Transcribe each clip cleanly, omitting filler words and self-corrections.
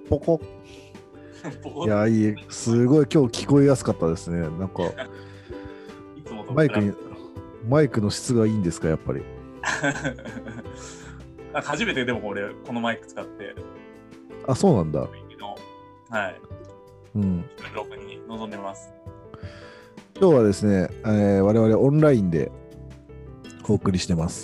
ポコ。 ポコいや、いい。すごい今日聞こえやすかったですね。なんか、 いつもとマイクの質がいいんですか、やっぱり。 初めてでも俺、このマイク使って、 あ、そうなんだ。 はい。 うん。 収録に臨んでます。 今日はですね、我々オンラインでお送りしてます。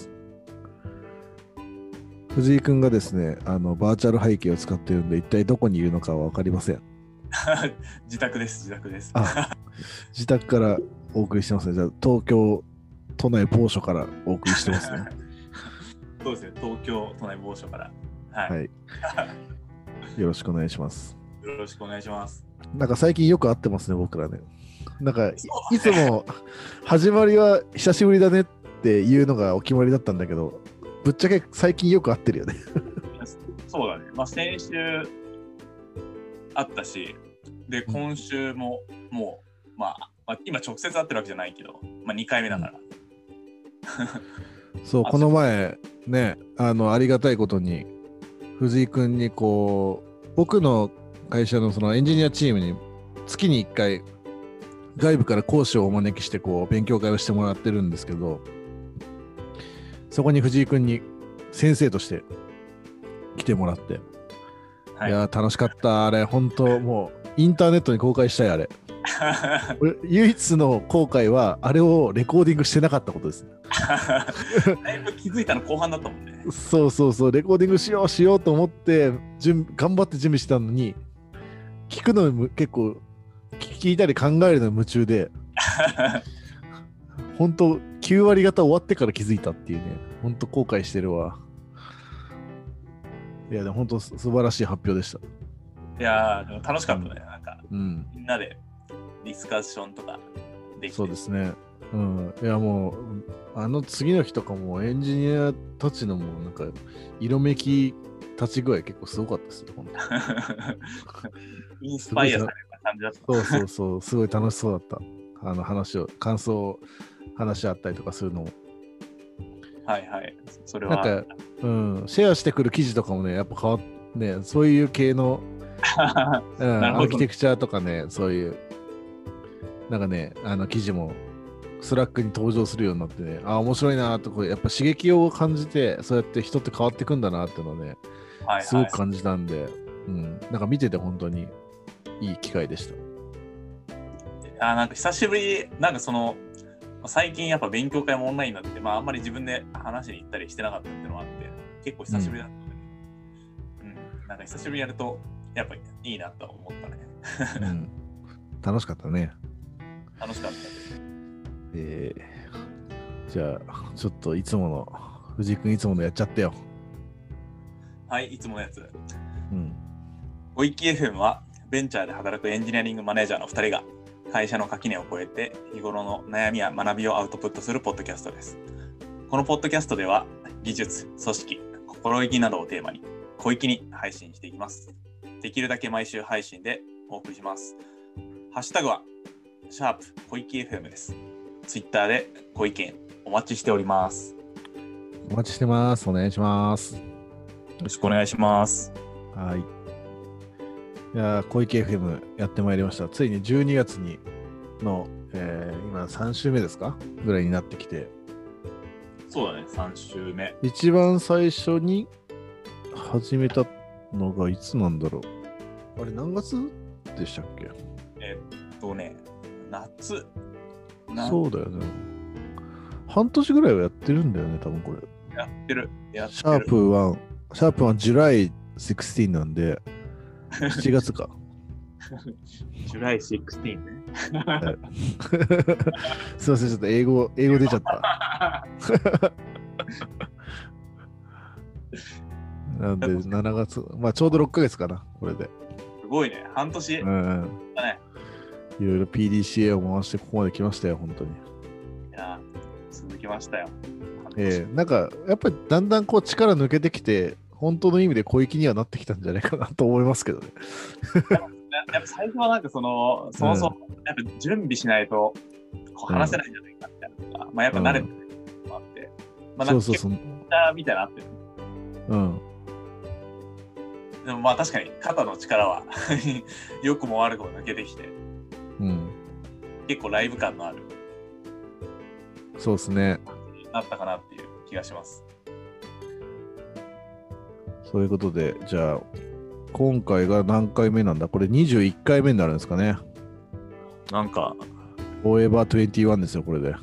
藤井くんがですね、バーチャル背景を使っているんで、一体どこにいるのかは分かりません。 自宅です。 あ、自宅からお送りしてますね。じゃあ、東京都内某所からお送りしてますね。 そうですね、東京都内某所から。はい。 はい。よろしくお願いします。 よろしくお願いします。 なんか最近よく会ってますね、僕らね。なんか、いつも始まりは久しぶりだねっていうのがお決まりだったんだけど、ぶっちゃけ最近よく会ってるよね。 そうだね。まあ、先週あったし、で、今週ももう、まあ、今直接会ってるわけじゃないけど、まあ、2回目だから。 そう、この前、ね、ありがたいことに、藤井くんにこう、僕の会社のそのエンジニアチームに月に1回、外部から講師をお招きしてこう勉強会をしてもらってるんですけど、そこに藤井くんに先生として来てもらって、はい、いや楽しかった。あれ本当もうインターネットに公開したい。あれ俺唯一の後悔はあれをレコーディングしてなかったことです。 だいぶ気づいたの後半だったもんね。 そうレコーディングしようと思って頑張って準備してたのに、聞くのも結構聞いたり考えるのに夢中で本当9割方終わってから気づいたっていうね、本当後悔してるわ。いやでも本当素晴らしい発表でした。 いやでも楽しかったね、なんか、 みんなでディスカッションとかできて。 そうですね。いやもう次の日とかもエンジニアたちのもなんか色めき立ち具合結構すごかったですよ、本当インスパイアされた感じだった。 そうすごい楽しそうだった。感想を話し合ったりとかするのも。 はいはい。それは。 なんか、シェアしてくる記事とかもね、やっぱ変わってね、そういう系の、アーキテクチャとかね、そういう、なんかね、記事もスラックに登場するようになってね、面白いなと、やっぱ刺激を感じて、そうやって人って変わってくんだなっていうのをね、すごく感じたんで、なんか見てて本当にいい機会でした。 なんか久しぶり、なんか最近やっぱ勉強会もオンラインになって、あんまり自分で話しに行ったりしてなかったっていうのもあって、結構久しぶりだったので、なんか久しぶりにやると、やっぱいいなと思ったね。 楽しかったね。 楽しかったです。 じゃあ、ちょっと藤井くんいつものやっちゃってよ。 はい、いつものやつ。ごいき FM は、ベンチャーで働くエンジニアリングマネージャーの2人が、会社の垣根を越えて日頃の悩みや学びをアウトプットするポッドキャストです。このポッドキャストでは技術、組織、心意気などをテーマに小粋に配信していきます。できるだけ毎週配信でお送りします。ハッシュタグは#小粋 FM です。ツイッターでご意見お待ちしております。 お待ちしてます。お願いします。よろしくお願いします。 はい。いや小池 FM やってまいりました。ついに12月の、今3週目ですかぐらいになってきて。 そうだね、3週目。 一番最初に始めたのがいつなんだろう。あれ何月でしたっけ？ 夏。 そうだよね。半年ぐらいはやってるんだよね、多分これ。 やってる。 シャープ1、July 16なんで、7月か。 July 16ね。 すいません、ちょっと英語出ちゃった。なんで、7月、ちょうど6ヶ月かな、これで。 すごいね、半年。 いろいろ PDCA を回してここまで来ましたよ、本当に。 いや、続きましたよ。 なんか、やっぱりだんだんこう力抜けてきて、本当の意味で小粋にはなってきたんじゃないかなと思いますけどね。 やっぱ最初はなんかそもそもやっぱ準備しないとこう話せないんじゃないかみたいなのが、やっぱ慣れてるのもあって、 そう。 みたいなのあってる。 でもまあ確かに肩の力は良くも悪くも抜けてきて、 うん、 結構ライブ感のあるそうですね。 なったかなっていう気がします。 そういうことで、じゃあ今回が何回目なんだ？これ21回目になるんですかね。 なんかフォーエバー21ですよ、これで。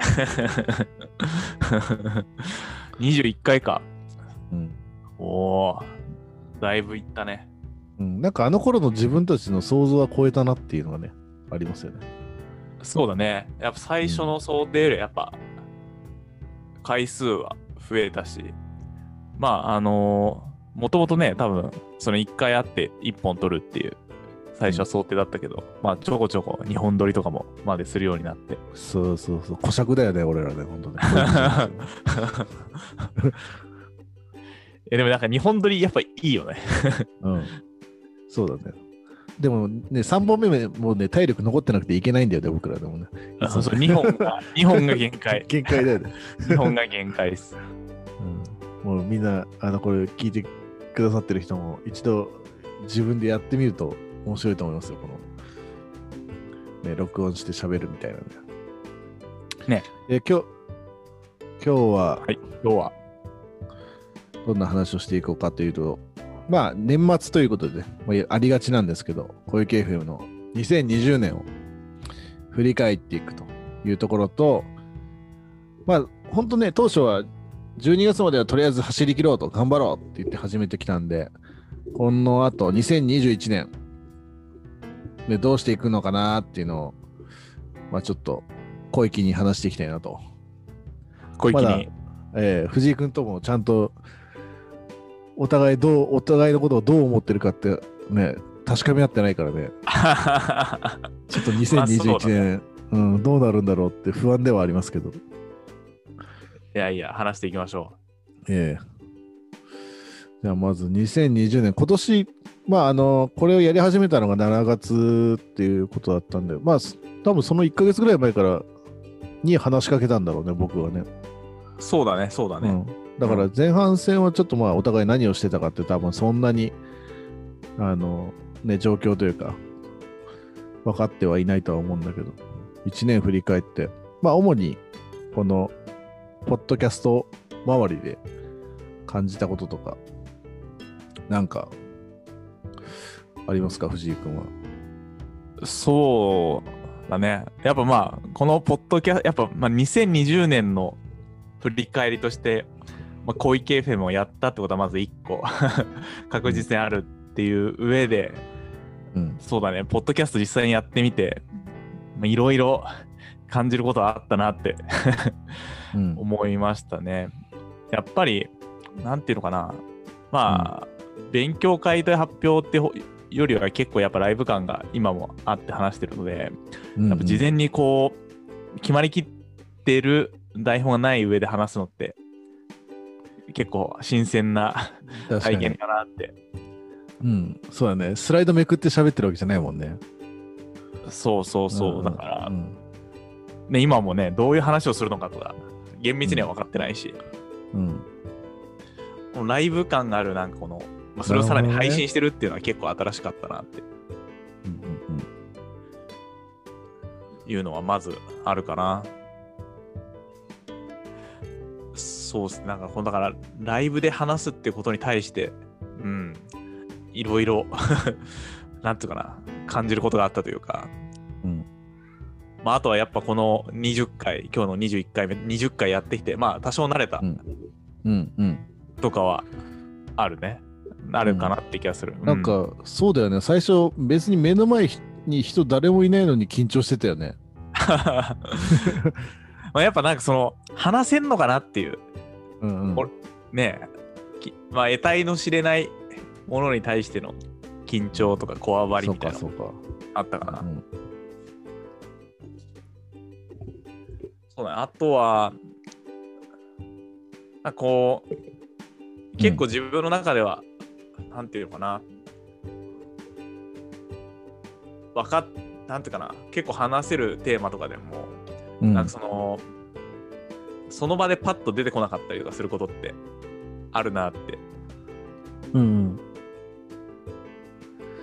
21回か。 うん。 おー、だいぶいったね。 うん、なんかあの頃の自分たちの想像は超えたなっていうのがね、ありますよね。 そうだね。やっぱ最初の想定よりやっぱ回数は増えたし、まあもともとね、多分その1回会って1本撮るっていう最初は想定だったけど、まあちょこちょこ2本撮りとかもまでするようになって。 そうそうそう、小尺だよね、俺らね、本当ね。 でもなんか2本撮りやっぱいいよね。 うん。そうだね。でもね、3本目もね、体力残ってなくていけないんだよね、僕らでもね。 そうそう、2本が限界。 限界だよね。 2本が限界です。 うん、もうみんな、これ聞いてくださってる人も一度自分でやってみると面白いと思いますよ、この、ね、録音して喋るみたいなね。 ね。 今日は、 はい、今日はどんな話をしていこうかというと、まあ年末ということで、ありがちなんですけど、小池 FM の2020年を振り返っていくというところと、まあ本当ね、当初は12月まではとりあえず走り切ろうと頑張ろうって言って始めてきたんで、この後2021年でどうしていくのかなっていうのを、まあちょっと小池に話していきたいなと。 小池に、 藤井君ともちゃんとお互いのことをどう思ってるかってね、確かめ合ってないからね。ちょっと2021年、うん、どうなるんだろうって不安ではありますけど。 いやいや、話していきましょう。じゃあまず2020年、今年、まあこれをやり始めたのが7月っていうことだったんで、まあ多分その1ヶ月ぐらい前からに話しかけたんだろうね、僕はね。 そうだね。うん、 だから前半戦はちょっとまあお互い何をしてたかって多分そんなにね、状況というか分かってはいないとは思うんだけど、1年振り返ってまあ主にこのポッドキャスト周りで感じたこととかなんかありますか、藤井君は。 そうだね。やっぱまあこのポッドキャストやっぱまあ2020年の振り返りとして、まあ、小池 FM をやったってことはまず1個確実にあるっていう上で、 うん、 そうだね、ポッドキャスト実際にやってみていろいろ感じることはあったなって思いましたね。やっぱりなんていうのかな、まあ、勉強会と発表ってよりは結構やっぱライブ感が今もあって話してるので、やっぱ事前にこう決まりきってる台本がない上で話すのって結構新鮮な体験かなって。 うん、そうだね。スライドめくって喋ってるわけじゃないもんね。 そう、だから、ね、今もね、どういう話をするのかとか厳密には分かってないし、このライブ感があるなんかこの、まあ、それをさらに配信してるっていうのは結構新しかったなっていうのはまずあるかな。そうですね。なんかだからライブで話すってことに対していろいろなんていうかな、感じることがあったというか、まああとはやっぱこの20回今日の21回目20回やってきて、まあ多少慣れたとかはあるね。あるかなって気がする。 なんかそうだよね。最初別に目の前に人誰もいないのに緊張してたよね。 まあやっぱなんかその話せんのかなっていう、ねえ、まあ得体の知れないものに対しての緊張とかこわばりみたいなのあったかな。そうだね。あとはこう結構自分の中では、なんていうのかな、なんていうかな、結構話せるテーマとかでも、なんかその場でパッと出てこなかったりとかすることってあるなって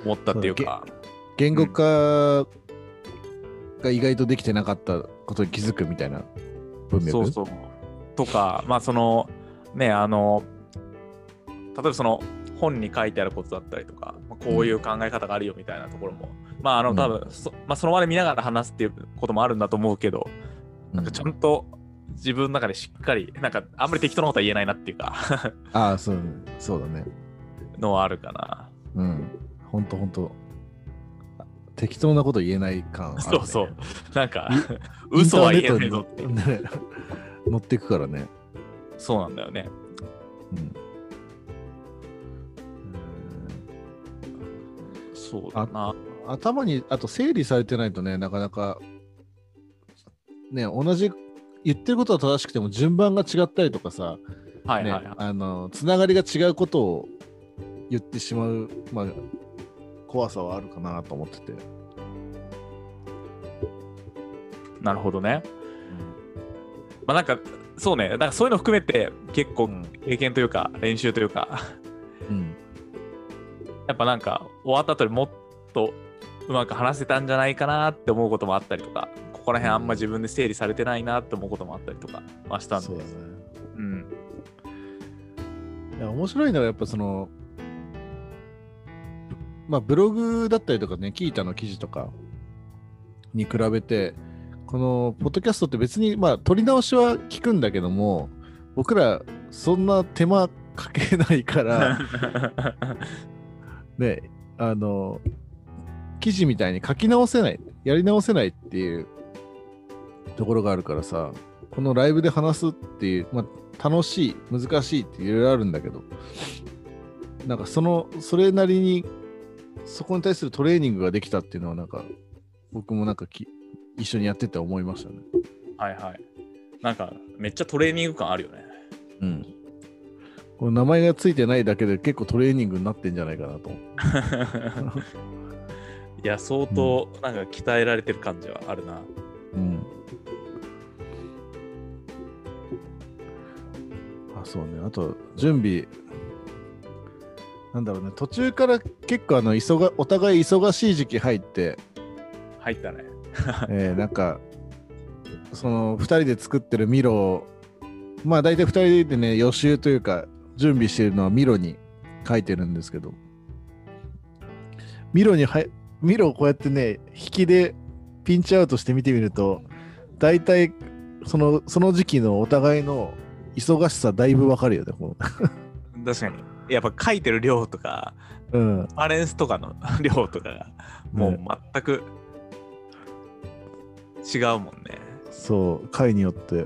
思ったっていうか、 言語化が意外とできてなかったことに気づくみたいな文脈。 そうそう。とか、まあそのね、例えばその本に書いてあることだったりとか、こういう考え方があるよみたいなところも、まあ多分その場で見ながら話すっていうこともあるんだと思うけど、なんかちゃんと自分の中でしっかり、なんかあんまり適当なことは言えないなっていうかああ、そうだね。 のはあるかな。 うん。ほんと。適当なこと言えない感ある、ね。 そうそう。なんか嘘は言えないぞって。 ね、乗っていくからね。 そうなんだよね。そうだな。 頭にあと整理されてないとね、なかなかね、同じ言ってることは正しくても順番が違ったりとかさ、つながりが違うことを言ってしまう、まあ、怖さはあるかなと思ってて。 なるほどね。まあなんかそうね、だからそういうの含めて結構経験というか練習というか、やっぱなんか終わった後にもっとうまく話せたんじゃないかなって思うこともあったりとか、ここら辺あんま自分で整理されてないなって思うこともあったりとかはしたんで。 そうだね。いや面白いのはやっぱそのまあブログだったりとかね、キータの記事とかに比べてこのポッドキャストって別にまあ取り直しは聞くんだけども、僕らそんな手間かけないからね、記事みたいに書き直せない、やり直せないっていうところがあるからさ、このライブで話すっていう、まあ、楽しい、難しいっていろいろあるんだけど、なんかそれなりにそこに対するトレーニングができたっていうのはなんか僕もなんか一緒にやってて思いましたね。 はいはい。なんかめっちゃトレーニング感あるよね。 うん。この名前がついてないだけで結構トレーニングになってんじゃないかなと思う。 いや相当なんか鍛えられてる感じはあるな。 そうね。あと準備なんだろうね。途中から結構お互い忙しい時期入ったね。 なんかその2人で作ってるミロをまあ大体2人でね予習というか準備してるのはミロに書いてるんですけど、ミロをこうやってね引きでピンチアウトして見てみると大体その時期のお互いの忙しさだいぶわかるよね。 確かにやっぱ書いてる量とか、バレンスとかの量とかがもう全く違うもんね。 そう回によって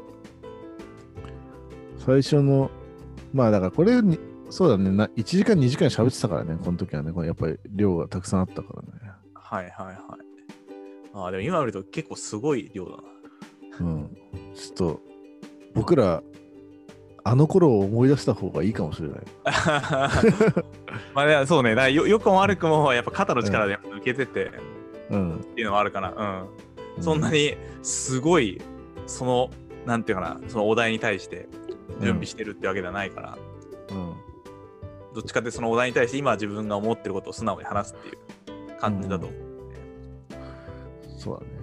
最初のまあだからこれにそうだね1時間2時間喋ってたからね、この時はね。これやっぱり量がたくさんあったからね。 はいはいはい。でも今見ると結構すごい量だな。 ちょっと僕らあの頃を思い出した方がいいかもしれない。 まあそうね、よくも悪くもやっぱ肩の力で抜けてて、っていうのはあるかな。そんなにすごいなんていうかな、そのお題に対して準備してるってわけではないから、どっちかってそのお題に対して今自分が思ってることを素直に話すっていう感じだと思う。 そうだね。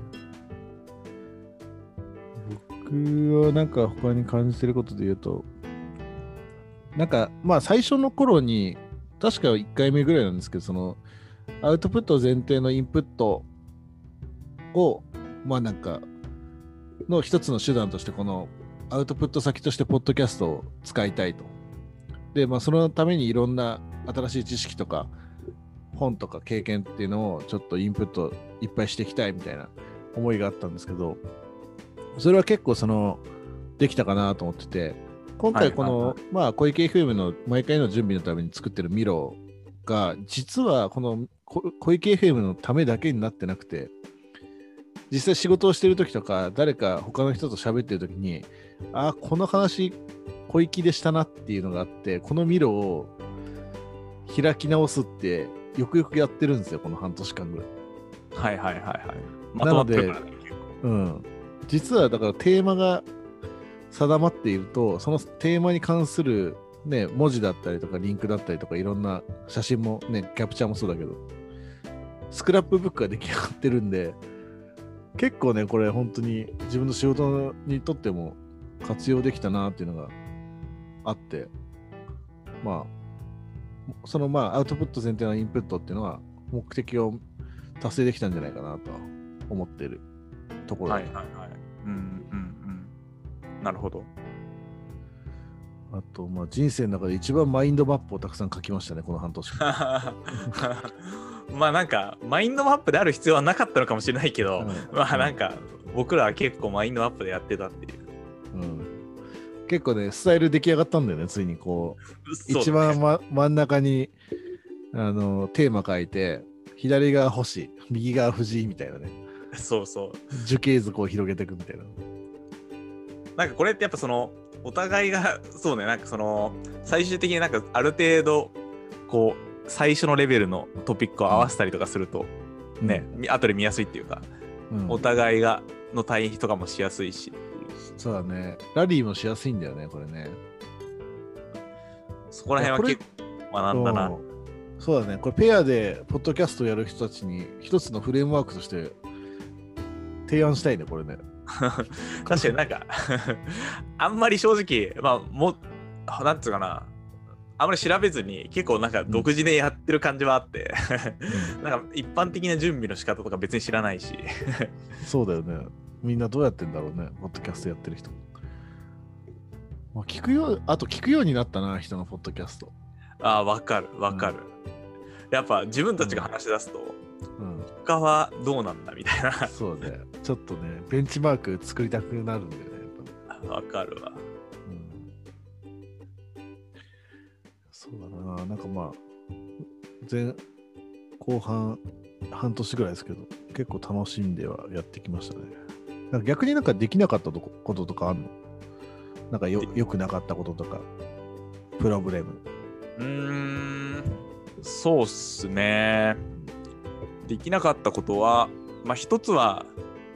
僕はなんか他に感じてることで言うと、なんかまあ最初の頃に確か1回目ぐらいなんですけど、そのアウトプット前提のインプットをまあなんかの一つの手段としてこのアウトプット先としてポッドキャストを使いたいと。でまあそのためにいろんな新しい知識とか本とか経験っていうのをちょっとインプットいっぱいしていきたいみたいな思いがあったんですけど、それは結構できたかなと思ってて、今回この、まあ小池 FM の毎回の準備のために作ってるミロが実はこの小池 FM のためだけになってなくて、実際仕事をしてる時とか誰か他の人と喋ってる時にこの話小池でしたなっていうのがあって、このミロを開き直すってよくよくやってるんですよ、この半年間ぐらい。なので、実はだからテーマが定まっていると、そのテーマに関するね文字だったりとかリンクだったりとかいろんな写真もねキャプチャーもそうだけどスクラップブックが出来上がってるんで、結構ねこれ本当に自分の仕事にとっても活用できたなっていうのがあって、まあそのアウトプット前提のインプットっていうのは目的を達成できたんじゃないかなと思っているところで、 なるほど。 あと人生の中で一番マインドマップをたくさん書きましたね、この半年。 なんかマインドマップである必要はなかったのかもしれないけど、なんか僕らは結構マインドマップでやってたっていう。 結構ねスタイル出来上がったんだよね、ついにこう一番、真ん中にテーマ書いて、左側星、右側藤井みたいなね。 そうそう。 樹形図こう広げていくみたいな。 なんかこれってやっぱそのお互いがそうね、なんかその最終的になんかある程度こう最初のレベルのトピックを合わせたりとかすると、ね、後で見やすいっていうか、お互いがの対比とかもしやすいし。 そうだね。ラリーもしやすいんだよね、これね。 そこら辺は結構学んだな。 そうだね。これペアでポッドキャストをやる人たちに一つのフレームワークとして提案したいね、これね。 確かになんかあんまり正直、なんつうかな、あんまり調べずに結構なんか独自でやってる感じはあってなんか一般的な準備の仕方とか別に知らないしそうだよね。みんなどうやってんだろうね、ポッドキャストやってる人。あと聞くようになったな、人のポッドキャスト。 わかる。やっぱ自分たちが話し出すと、他はどうなんだみたいな。 そうね。ちょっとね、ベンチマーク作りたくなるんだよね、やっぱ。 わかるわ。 そうだな。なんか後半半年ぐらいですけど、結構楽しんではやってきましたね。なんか逆になんかできなかったこととかあるの？なんかよくなかったこととか、プロブレム。 そうっすね。できなかったことは、一つは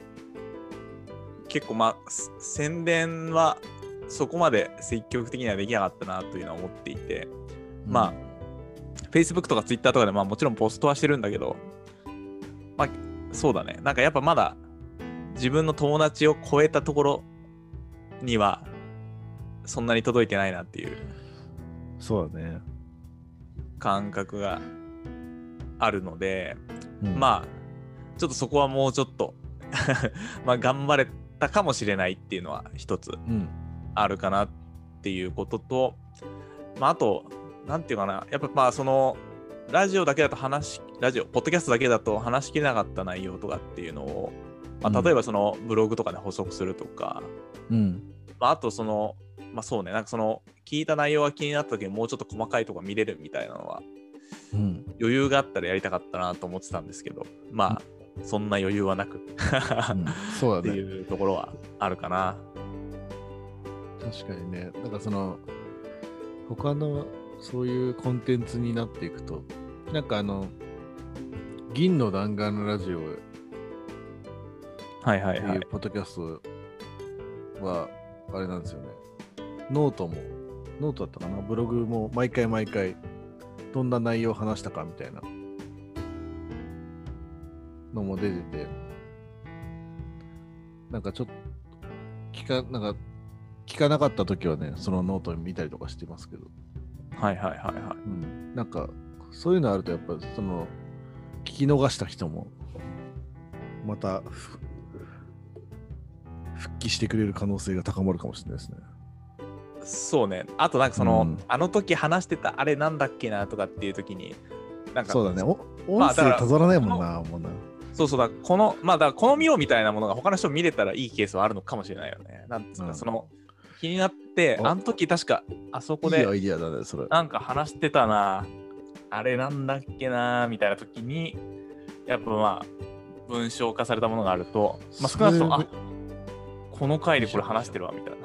結構宣伝はそこまで積極的にはできなかったなというのは思っていて、Facebook とか Twitter とかでもちろんポストはしてるんだけど、そうだね。なんかやっぱまだ自分の友達を超えたところにはそんなに届いてないなっていうそうだね感覚があるので、ちょっとそこはもうちょっと頑張れたかもしれないっていうのは一つあるかなっていうことと、あとなんていうかな、やっぱそのラジオだけだとポッドキャストだけだと話しきれなかった内容とかっていうのを、例えばそのブログとかで補足するとか、あとそのそうね、なんかその聞いた内容が気になった時にもうちょっと細かいとこ見れるみたいなのは、余裕があったらやりたかったなと思ってたんですけど、そんな余裕はなくそうだねっていうところはあるかな。 確かにね。なんかその他のそういうコンテンツになっていくと、なんか銀の弾丸のラジオっていうポッドキャストはあれなんですよね。ノートだったかな、ブログも毎回どんな内容を話したかみたいなのも出てて、なんかちょっと聞かなかった時はね、そのノート見たりとかしてますけど、なんかそういうのあるとやっぱその聞き逃した人もまた復帰してくれる可能性が高まるかもしれないですね。 そうね。あとなんかその、あの時話してたあれなんだっけなとかっていう時になんかそうだね。音声たどらないもんな、もうな。 そうだ、この好みよみたいなものが他の人見れたらいいケースはあるのかもしれないよね。なんつうか、その気になってあの時確かあそこでいいアイディアだね、それ。 なんか話してたな、あれなんだっけなみたいな時にやっぱ文章化されたものがあると、少なくともこの回でこれ話してるわみたいな。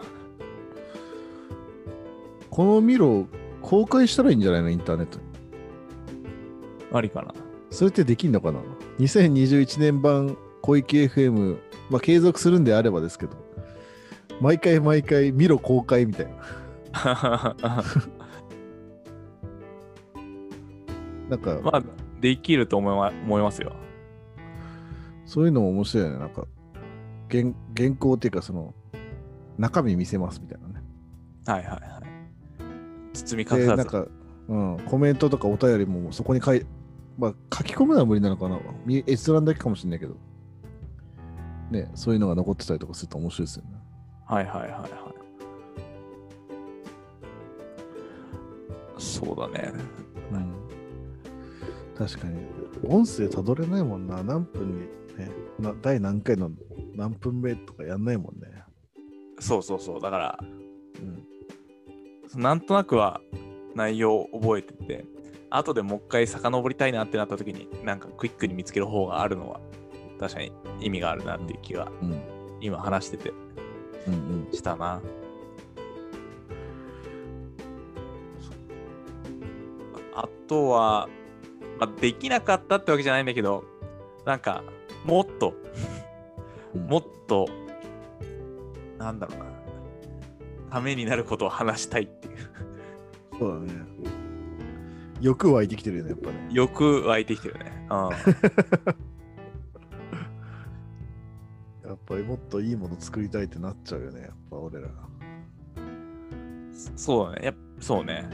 このミロ公開したらいいんじゃないの、インターネットに。 ありかな。 それってできんのかな。2021年版小池 FM、継続するんであればですけど、毎回ミロ公開みたいな。なんかできると思いますよ。 そういうのも面白いよね。なんか原稿っていうかその中身見せますみたいなね。 はいはいはい。包み隠さず。 でなんか、コメントとかお便りもそこに書き込むのは無理なのかな。閲覧だけかもしれないけど、ね、そういうのが残ってたりとかすると面白いですよね。 はいはいはいはい。そうだね。 確かに音声たどれないもんな。何分にね、第何回の何分目とかやんないもんね。 そうだから、なんとなくは内容を覚えてて、後でもう一回遡りたいなってなった時になんかクイックに見つける方があるのは確かに意味があるなっていう気が、今話しててしたな。あとは、できなかったってわけじゃないんだけど、なんかもっとなんだろうな、ためになることを話したいっていう。 そうだね。欲湧いてきてるよね、やっぱね。 欲湧いてきてるね。 やっぱりもっといいもの作りたいってなっちゃうよね、やっぱ俺ら。 そうだね。そうね。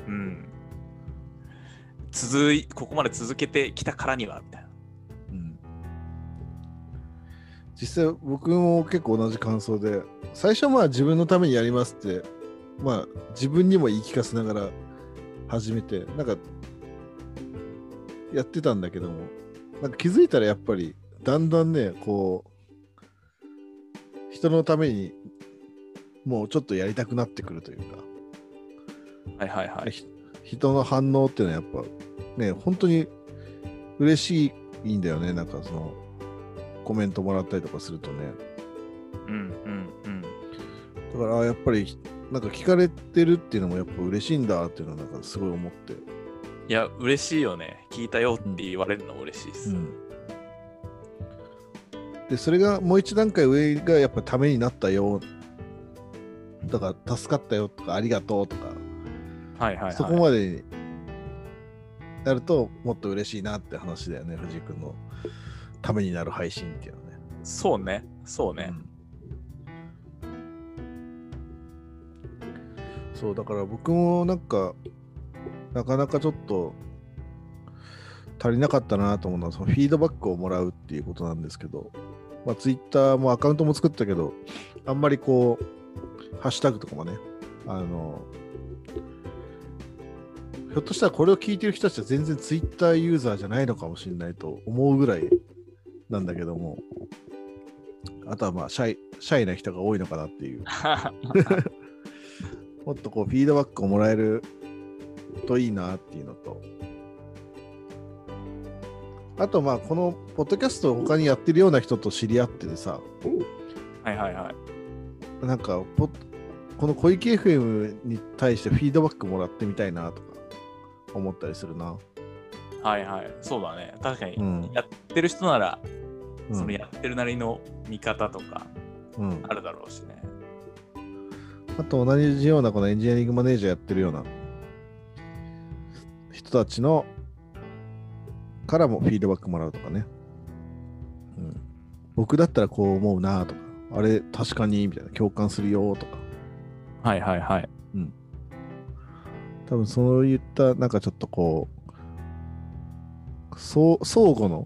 ここまで続けてきたからにはみたいな。 実際僕も結構同じ感想で、最初は自分のためにやりますって自分にも言い聞かせながら始めてなんかやってたんだけども、なんか気づいたらやっぱりだんだんね、こう人のためにもうちょっとやりたくなってくるというか、人の反応っていうのはやっぱね、本当に嬉しいんだよね。なんかそのコメントもらったりとかするとね。だからやっぱりなんか聞かれてるっていうのもやっぱ嬉しいんだっていうのはなんかすごい思って。 いや嬉しいよね。聞いたよって言われるのも嬉しいです。 でそれがもう一段階上がやっぱためになったよとか助かったよとかありがとうとか、そこまでになるともっと嬉しいなって話だよね。藤井君のためになる配信っていうのはね。 そうね。 そうだから僕もなんかなかなかちょっと足りなかったなと思うのはそのフィードバックをもらうっていうことなんですけど、ツイッターもアカウントも作ったけどあんまりこうハッシュタグとかもね、ひょっとしたらこれを聞いてる人たちは全然ツイッターユーザーじゃないのかもしれないと思うぐらいなんだけども、あとはシャイな人が多いのかなっていうもっとこうフィードバックをもらえるといいなっていうのと、あとこのポッドキャストを他にやってるような人と知り合っててさ、なんかこの小池 FM に対してフィードバックもらってみたいなとか思ったりするな。 そうだね。確かに、やってる人なら、そのやってるなりの見方とかあるだろうしね。 あと同じようなこのエンジニアリングマネージャーやってるような人たちのからもフィードバックもらうとかね。僕だったらこう思うなとか、あれ確かにみたいな、共感するよとか。多分そういったなんかちょっとこう相互の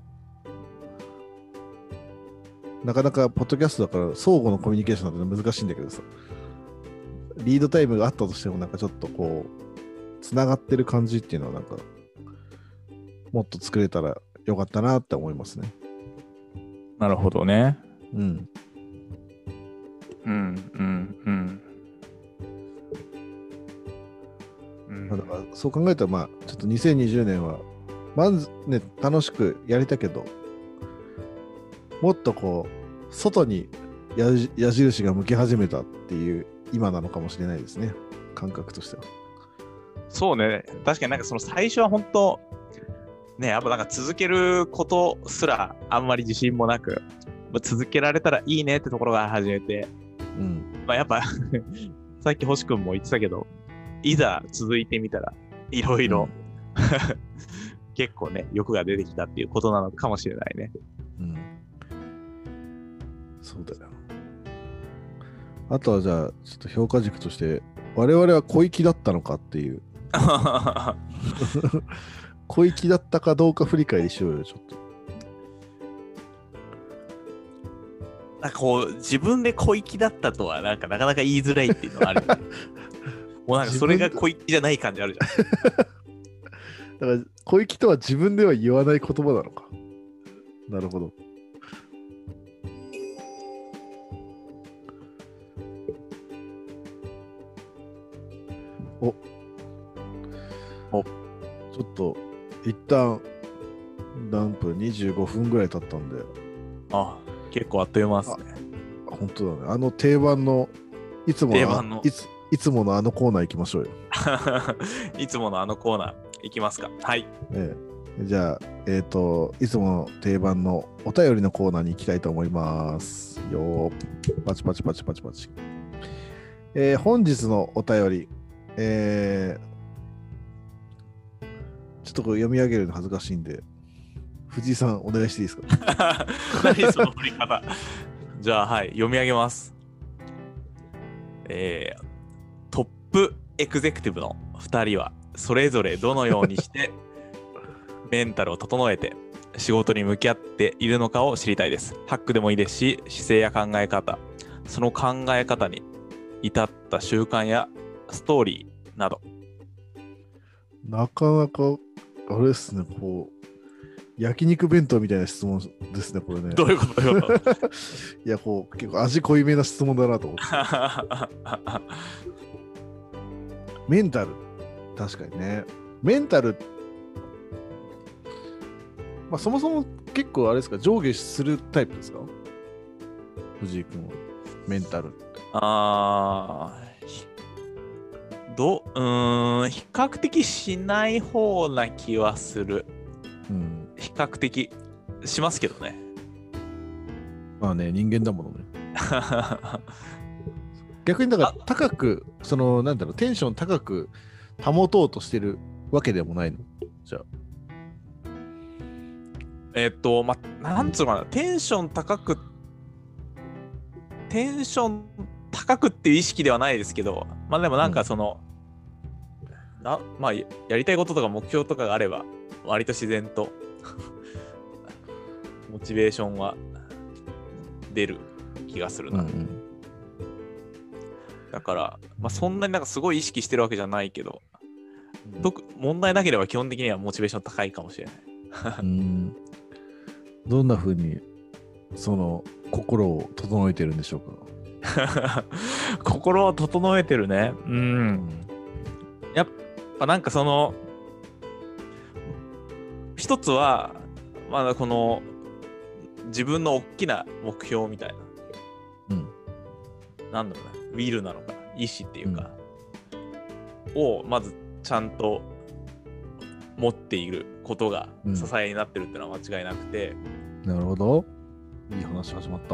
なかなかポッドキャストだから相互のコミュニケーションなんて難しいんだけどさ、リードタイムがあったとしてもなんかちょっとこうつながってる感じっていうのはなんかもっと作れたらよかったなって思いますね。 なるほどね。 だからそう考えたらちょっと2020年はね楽しくやれたけど、もっとこう外に矢印が向き始めたっていう今なのかもしれないですね、感覚としては。 そうね、確かになんかその最初は本当ね、やっぱなんか続けることすらあんまり自信もなく、続けられたらいいねってところが始めて、やっぱさっき星くんも言ってたけど、いざ続いてみたらいろいろ結構ね、欲が出てきたっていうことなのかもしれないね。 うん。そうだよ。あとはじゃあ、ちょっと評価軸として、我々は小粋だったのかっていう。小粋だったかどうか振り返りしようよ、ちょっと。 なんかこう、自分で小粋だったとは、なんかなかなか言いづらいっていうのはあるよね。もうなんかそれが小粋じゃない感じあるじゃん。 だから小粋とは自分では言わない言葉なのか。なるほど。ちょっと一旦何分25分ぐらい経ったんで。 あ、結構あっという間ですね。 本当だね。定番のいつものいつものコーナー行きましょうよ。 いつものコーナー行きますか。はい。 じゃあいつもの定番のお便りのコーナーに行きたいと思いますよ。パチパチパチパチパチ。本日のお便り、ちょっとこれ読み上げるの恥ずかしいんで、藤井さんお願いしていいですか。 何その振り方。じゃあはい、読み上げます。トップエグゼクティブの2人はそれぞれどのようにしてメンタルを整えて仕事に向き合っているのかを知りたいです。ハックでもいいですし、姿勢や考え方、その考え方に至った習慣やストーリーなど。 なかなかあれですね、こう焼肉弁当みたいな質問ですね、これね。 どういうことよ。 いや、こう結構味濃いめな質問だなと思って。メンタル、確かにね。メンタル、まあそもそも結構あれですか、上下するタイプですか、藤井君は。メンタル。 比較的しない方な気はする。比較的しますけどね。 まあね、人間だものね。逆にだから高く、なんだろう、テンション高く保とうとしてるわけでもないのじゃあ。 なんつうのかな、テンション高くっていう意識ではないですけど、まあでもなんかまあやりたいこととか目標とかがあれば、割と自然とモチベーションは出る気がするな。だから、まあ、そんなになんかすごい意識してるわけじゃないけど、問題なければ基本的にはモチベーション高いかもしれない。 どんな風に心を整えてるんでしょうか。心を整えてるね。やっぱなんか一つはまだこの自分の大きな目標みたいな、なんだろうね、ウィルなのかな、意志っていうか、をまずちゃんと持っていることが支えになってるってのは間違いなくて。 なるほど、いい話始まった。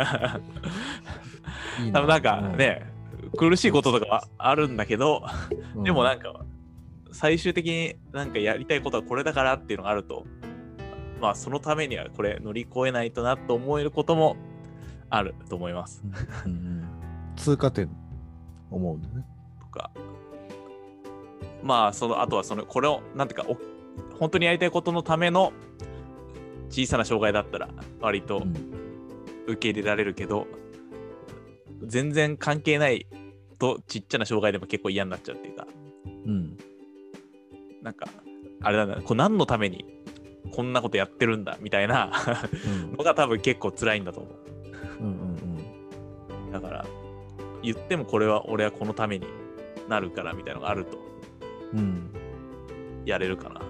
いいな。多分なんかね、苦しいこととかはあるんだけど、でもなんか最終的になんかやりたいことはこれだからっていうのがあると、まあそのためにはこれ乗り越えないとなと思えることもあると思います。 通過点思うんだね。 とか、まああとはこれをなんていうか本当にやりたいことのための小さな障害だったら割と受け入れられるけど、全然関係ないとちっちゃな障害でも結構嫌になっちゃうっていうか、なんかあれだな、何のためにこんなことやってるんだみたいなのが多分結構辛いんだと思う。だから言っても俺はこのためになるからみたいなのがあると、やれるかな。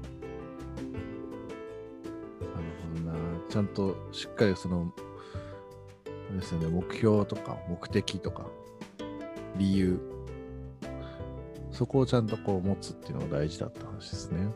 ちゃんとしっかりですね、目標とか目的とか理由、そこをちゃんとこう持つっていうのが大事だった話ですね。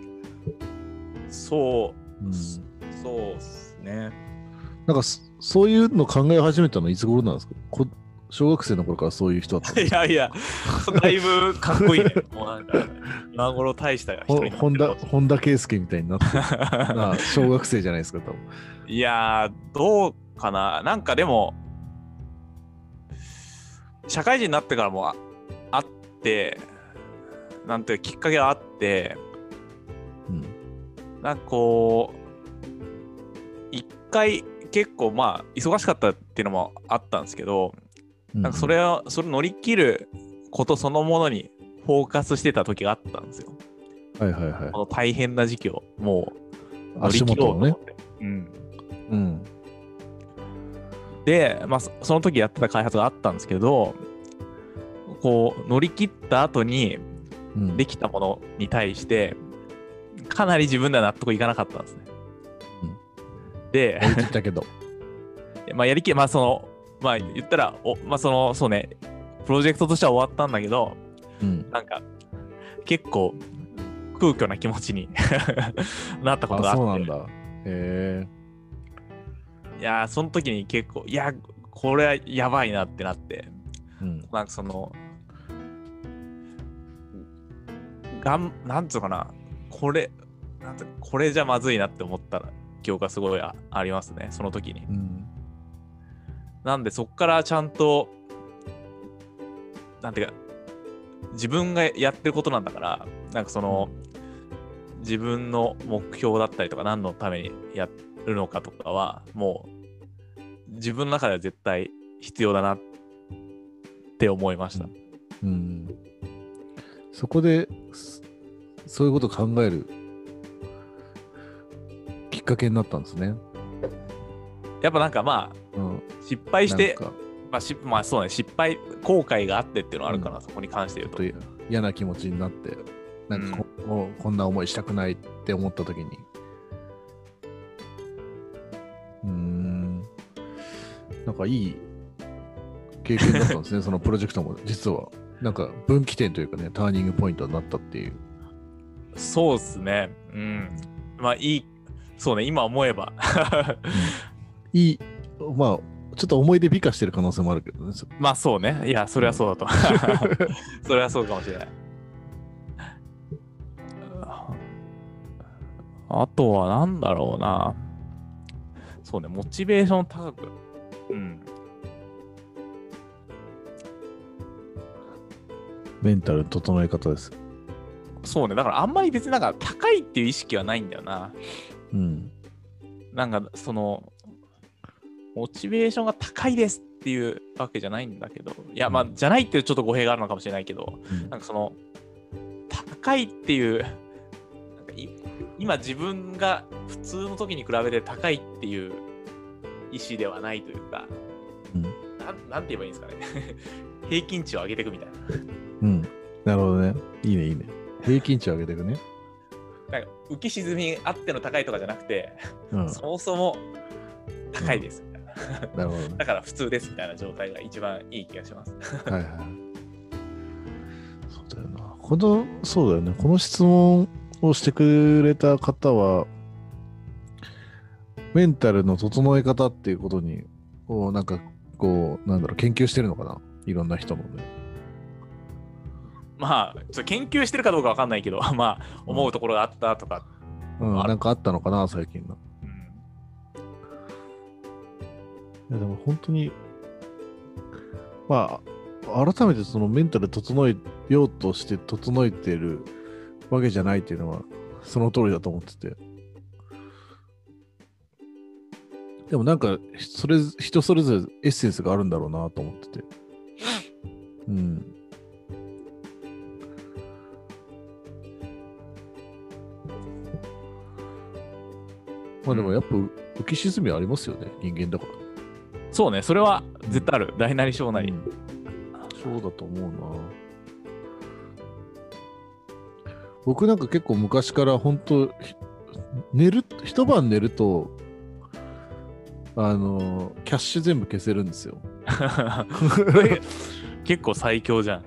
そうですね。 なんかそういうの考え始めたのいつ頃なんですか？ 小学生の頃からそういう人だった。 いやいや、だいぶかっこいいね。もうなんか、今頃大した人になってる。 本田圭佑みたいになってな小学生じゃないですか、多分。 いやー、どうかな。なんかでも、社会人になってからもあって、なんていうきっかけがあって、なんかこう、一回結構まあ、忙しかったっていうのもあったんですけど、なんかそれ乗り切ることそのものにフォーカスしてた時があったんですよ。 はいはいはい。 この大変な時期をもう乗り切ろうと思って。で、まあその時やってた開発があったんですけど、こう乗り切った後にできたものに対してかなり自分では納得いかなかったんですね。で、 やりきったけど、 まあ言ったらそうね、プロジェクトとしては終わったんだけど、なんか結構空虚な気持ちになったことがあって。 そうなんだ。 いやその時に結構これはやばいなってなって、なんかなんつうかな、これじゃまずいなって思った記憶がすごい ありますね、その時に。なんでそっからちゃんとなんていうか自分がやってることなんだから、なんか自分の目標だったりとか何のためにやるのかとかはもう自分の中では絶対必要だなって思いました。 そこでそういうことを考えるきっかけになったんですね。 やっぱなんかまあ、失敗してまあそうね、失敗後悔があってっていうのはあるから、そこに関して言うと嫌な気持ちになってなんかこんな思いしたくないって思った時になんかいい経験だったんですねそのプロジェクトも実はなんか分岐点というかね、ターニングポイントになったっていう。 そうですね。まあそうね、今思えばいい、まあちょっと思い出美化してる可能性もあるけどね。 まあそうね。いや、それはそうだと。それはそうかもしれない。あとはなんだろうな。そうね、モチベーション高く。 メンタルの整え方です。 そうね、だからあんまり別になんか高いっていう意識はないんだよな。なんかモチベーションが高いですっていうわけじゃないんだけど、いやまあじゃないっていうちょっと語弊があるのかもしれないけど、なんか高いっていうなんか今自分が普通の時に比べて高いっていう意思ではないというか、なんて言えばいいんですかね平均値を上げていくみたいな。 なるほどね。いいねいいね。平均値を上げていくね。 なんか浮き沈みあっての高いとかじゃなくて、そもそも高いですみたいな。なるほど、ね。だから普通ですみたいな状態が一番いい気がします。 はいはい。そうだよな。そうだよね。この質問をしてくれた方は、メンタルの整え方っていうことに、なんか研究してるのかな。いろんな人のね。 まあ、研究してるかどうかわかんないけど、まあ、思うところがあったとか。 なんかあったのかな、最近の。いや、でも本当に、まあ、改めてそのメンタル整えようとして整えてるわけじゃないっていうのは、その通りだと思ってて。でもなんか、人それぞれエッセンスがあるんだろうなと思ってて。まあでもやっぱ浮き沈みありますよね、人間だから。 そうね、それは絶対ある。大なり小なり。 そうだと思うな。僕なんか結構昔から本当一晩寝るとキャッシュ全部消せるんですよ。 結構最強じゃん。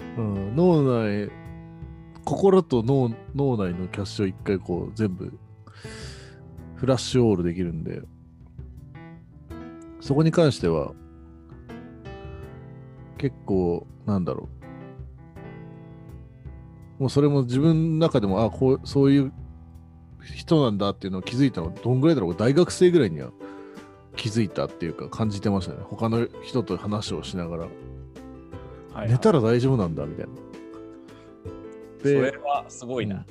心と脳内のキャッシュを一回全部フラッシュオールできるんで、そこに関しては結構なんだろう、もうそれも自分の中でもそういう人なんだっていうのを気づいたのはどんぐらいだろう。大学生ぐらいには気づいたっていうか感じてましたね。他の人と話をしながら、はいはい、寝たら大丈夫なんだみたいな。 でそれはすごいな。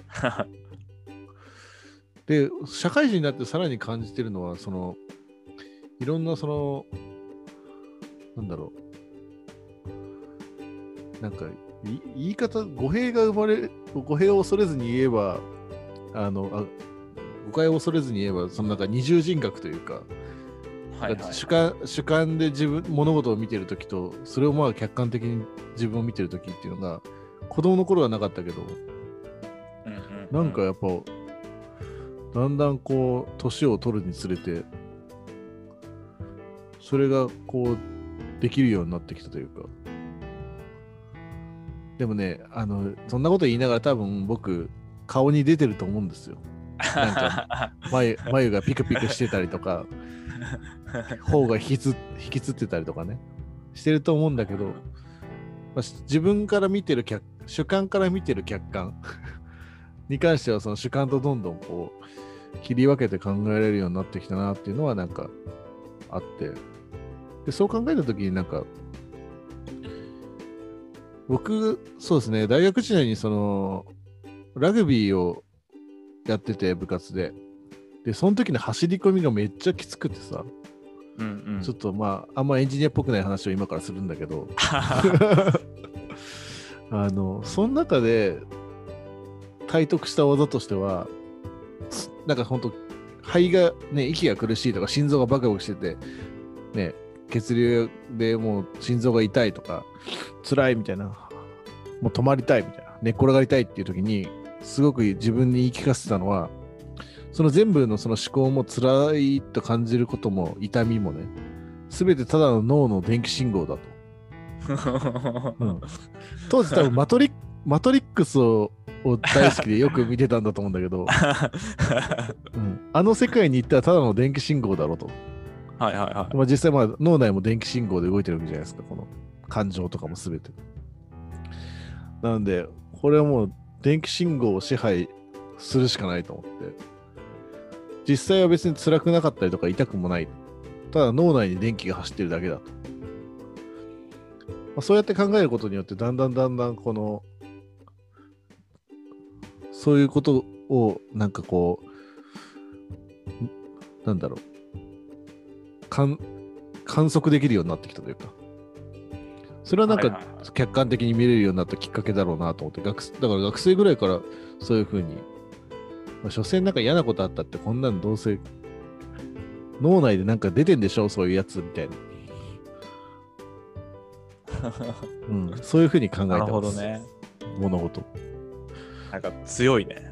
で社会人になってさらに感じてるのは、そのいろんなそのなんだろう、なんか言い方、語弊を恐れずに言えば、誤解を恐れずに言えば、そのなんか二重人格というか、はいはい、主観で物事を見てるときと、それをまあ客観的に自分を見てるときっていうのが、子供の頃はなかったけど、なんかやっぱ、だんだんこう、年を取るにつれて、それがこう、できるようになってきたというか。でもね、そんなこと言いながら多分僕、顔に出てると思うんですよ。なんか眉がピクピクしてたりとか、頬が引きつってたりとかね、してると思うんだけど、自分から見てる主観から見てる客観に関しては、その主観とどんどんこう切り分けて考えられるようになってきたなっていうのはなんかあって、でそう考えたときになんか僕そうですね、大学時代にそのラグビーをやってて、部活でその時の走り込みがめっちゃきつくてさ、ちょっとまああんまエンジニアっぽくない話を今からするんだけどその中で体得した技としては、なんか本当肺がね、息が苦しいとか心臓がバカバカしててね、血流でもう心臓が痛いとか辛いみたいな、もう止まりたいみたいな、寝っ転がりたいっていう時にすごく自分に言い聞かせてたのは、その全部のその思考も辛いと感じることも痛みもね、全てただの脳の電気信号だと、当時多分マトリックスを大好きでよく見てたんだと思うんだけど、あの世界に行ったらただの電気信号だろうと。はいはいはい。まあ、実際まあ脳内も電気信号で動いてるわけじゃないですか、この感情とかも全て。なのでこれはもう電気信号を支配するしかないと思って、実際は別に辛くなかったりとか痛くもない、ただ脳内に電気が走ってるだけだと、そうやって考えることによってだんだんこのそういうことをなんかこうなんだろう、観測できるようになってきたというか、それはなんか客観的に見れるようになったきっかけだろうなと思って、だから学生ぐらいからそういう風に、所詮なんか嫌なことあったってこんなのどうせ脳内でなんか出てんでしょ、そういうやつみたいなそういう風に考えてます。なるほどね。物事なんか強いね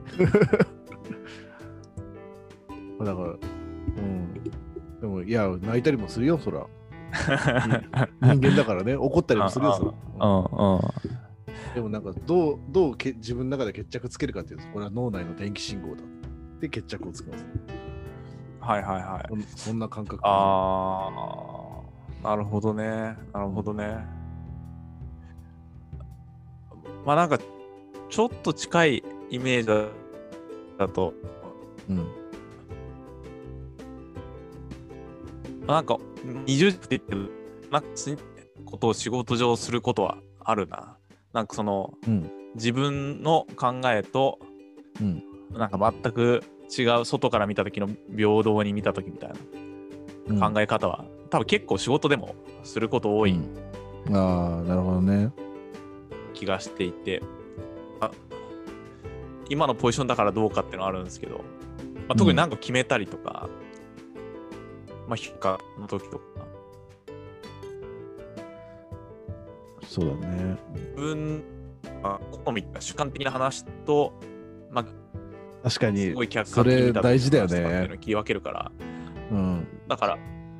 だからでもいや泣いたりもするよ、そら人間だからね、怒ったりもするよ、そら。でもなんかどう自分の中で決着つけるかっていうと、これは脳内の電気信号だで決着をつけます。 はいはいはい。 そんな感覚。 なるほどね。なるほどね。まあなんかちょっと近いイメージだと、なんか20って言ってるなんかことを仕事上することはあるな。なんかその、自分の考えと、なんか全く違う外から見た時の平等に見た時みたいな考え方は、多分結構仕事でもすること多い、 なるほどね、 気がしていて、今のポジションだからどうかっていうのはあるんですけど、特になんか決めたりとか、評価の時とか、 そうだね、 自分好みが主観的な話と、 確かにすごい客観的に見た大事だよね。 っていうのを切り分けるから、だから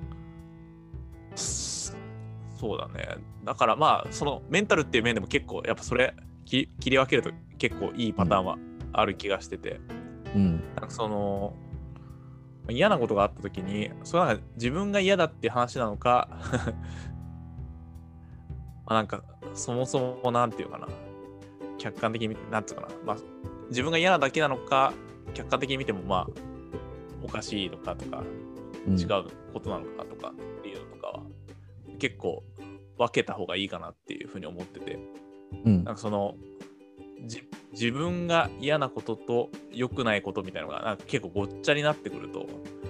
そうだね。だからそのメンタルっていう面でも結構やっぱそれ切り分けると結構いいパターンはある気がしてて、なんかその嫌なことがあった時に、それなんか自分が嫌だっていう話なのかなんかそもそもなんていうかな、客観的に見てなんていうかな、まあ自分が嫌なだけなのか、客観的に見てもまあおかしいのかとか、違うことなのかとかっていうのとかは結構分けた方がいいかなっていうふうに思ってて、なんかその自分が嫌なことと良くないことみたいなのがなんか結構ごっちゃになってくると、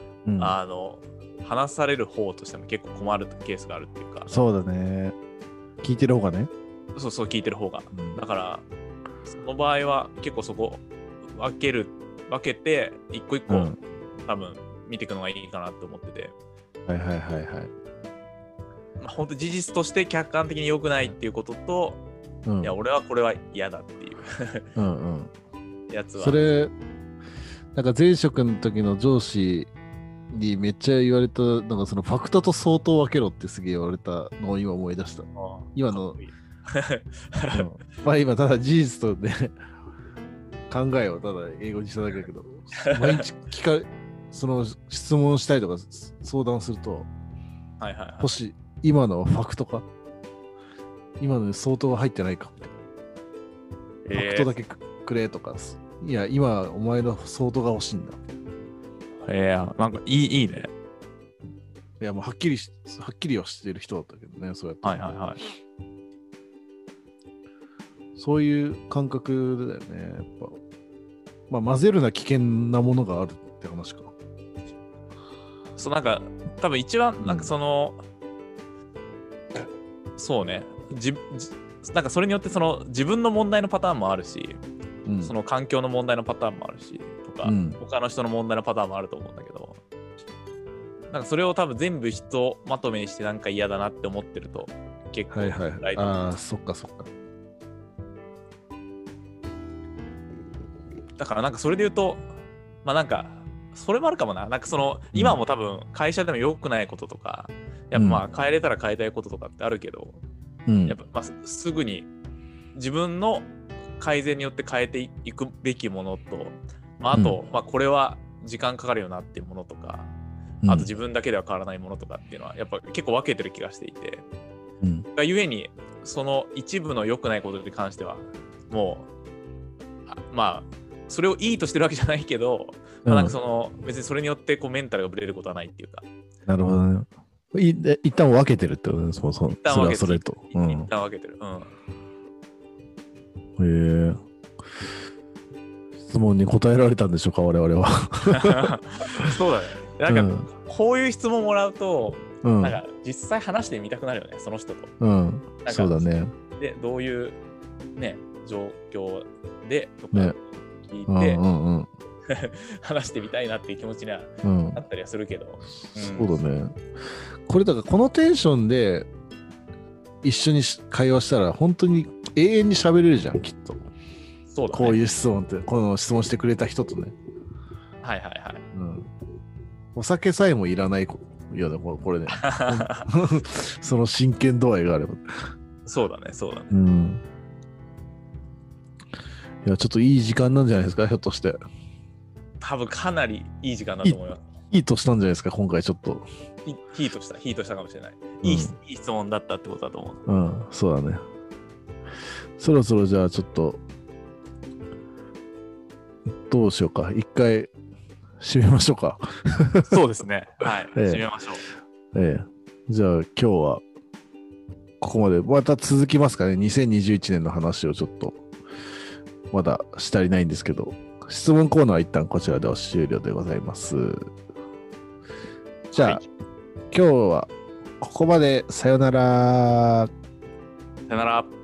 話される方としても結構困るケースがあるっていうか。 そうだね。聞いてる方がね。 そう聞いてる方が。だからその場合は結構そこ分けて一個一個、多分見ていくのがいいかなって思ってて。 はいはいはいはい。 まあ、本当事実として客観的に良くないっていうことと、いや俺はこれは嫌だっていうやつは。 それなんか前職の時の上司にめっちゃ言われたのが、そのファクトと相当分けろってすげえ言われたのを今思い出した。今のまあ今ただ事実とね考えをただ英語にしただけだけど、毎日その質問したりとか相談すると、星今のはファクトか、今の相当は入ってないかみたいな、ファクトだけくれとか、いや今お前の相当が欲しいんだ。 なんかいいね。 いやもうはっきりはしてる人だったけどね、そうやって。そういう感覚だよね、やっぱ。まあ混ぜるな危険なものがあるって話か。 そうなんか多分一番なんかその、そうね。なんかそれによってその自分の問題のパターンもあるし、その環境の問題のパターンもあるしとか、他の人の問題のパターンもあると思うんだけど、なんかそれを多分全部ひとまとめにしてなんか嫌だなって思ってると結構辛いと思う。 ああ、そっかそっか。 だからなんかそれで言うと、まあなんかそれもあるかもな。なんかその今も多分会社でも良くないこととか、やっぱまあ変えれたら変えたいこととかってあるけど、やっぱまあすぐに自分の改善によって変えていくべきものと、あと、まあこれは時間かかるよなっていうものとか、あと自分だけでは変わらないものとかっていうのはやっぱ結構分けてる気がしていて、がゆえにその一部の良くないことに関してはもうまあそれをいいとしてるわけじゃないけど、なんかその別にそれによってこうメンタルがぶれることはないっていうか。 なるほどね。一旦分けてるってことね。そう。 一旦分けてる。 それと。 一旦分けてる。 へえ。質問に答えられたんでしょうか、我々は。 そうだね。なんかこういう質問もらうと、なんか実際話してみたくなるよね、その人と。 そうだね。 で、どういうね、状況でとか聞いて、話してみたいなっていう気持ちにはなったりはするけど。 そうだね。これだからこのテンションで一緒に会話したら本当に永遠に喋れるじゃん、きっと。 そうだね。 こういう質問って、この質問してくれた人とね。お酒さえもいらないよね、これね。その真剣度合いがあれば。 そうだね。 いや、ちょっといい時間なんじゃないですか、ひょっとして。 多分かなりいい時間だと思います。 いいとしたんじゃないですか、今回ちょっと。 ヒートしたかもしれない。いい質問だったってことだと思う。そうだね。そろそろじゃあちょっと、どうしようか。一回、締めましょうか。 そうですね。はい。締めましょう。じゃあ今日は、ここまで。また続きますかね。2021年の話をちょっと、まだし足りないんですけど、質問コーナーは一旦こちらでは終了でございます。じゃあ、今日はここまで。さよなら。 さよなら。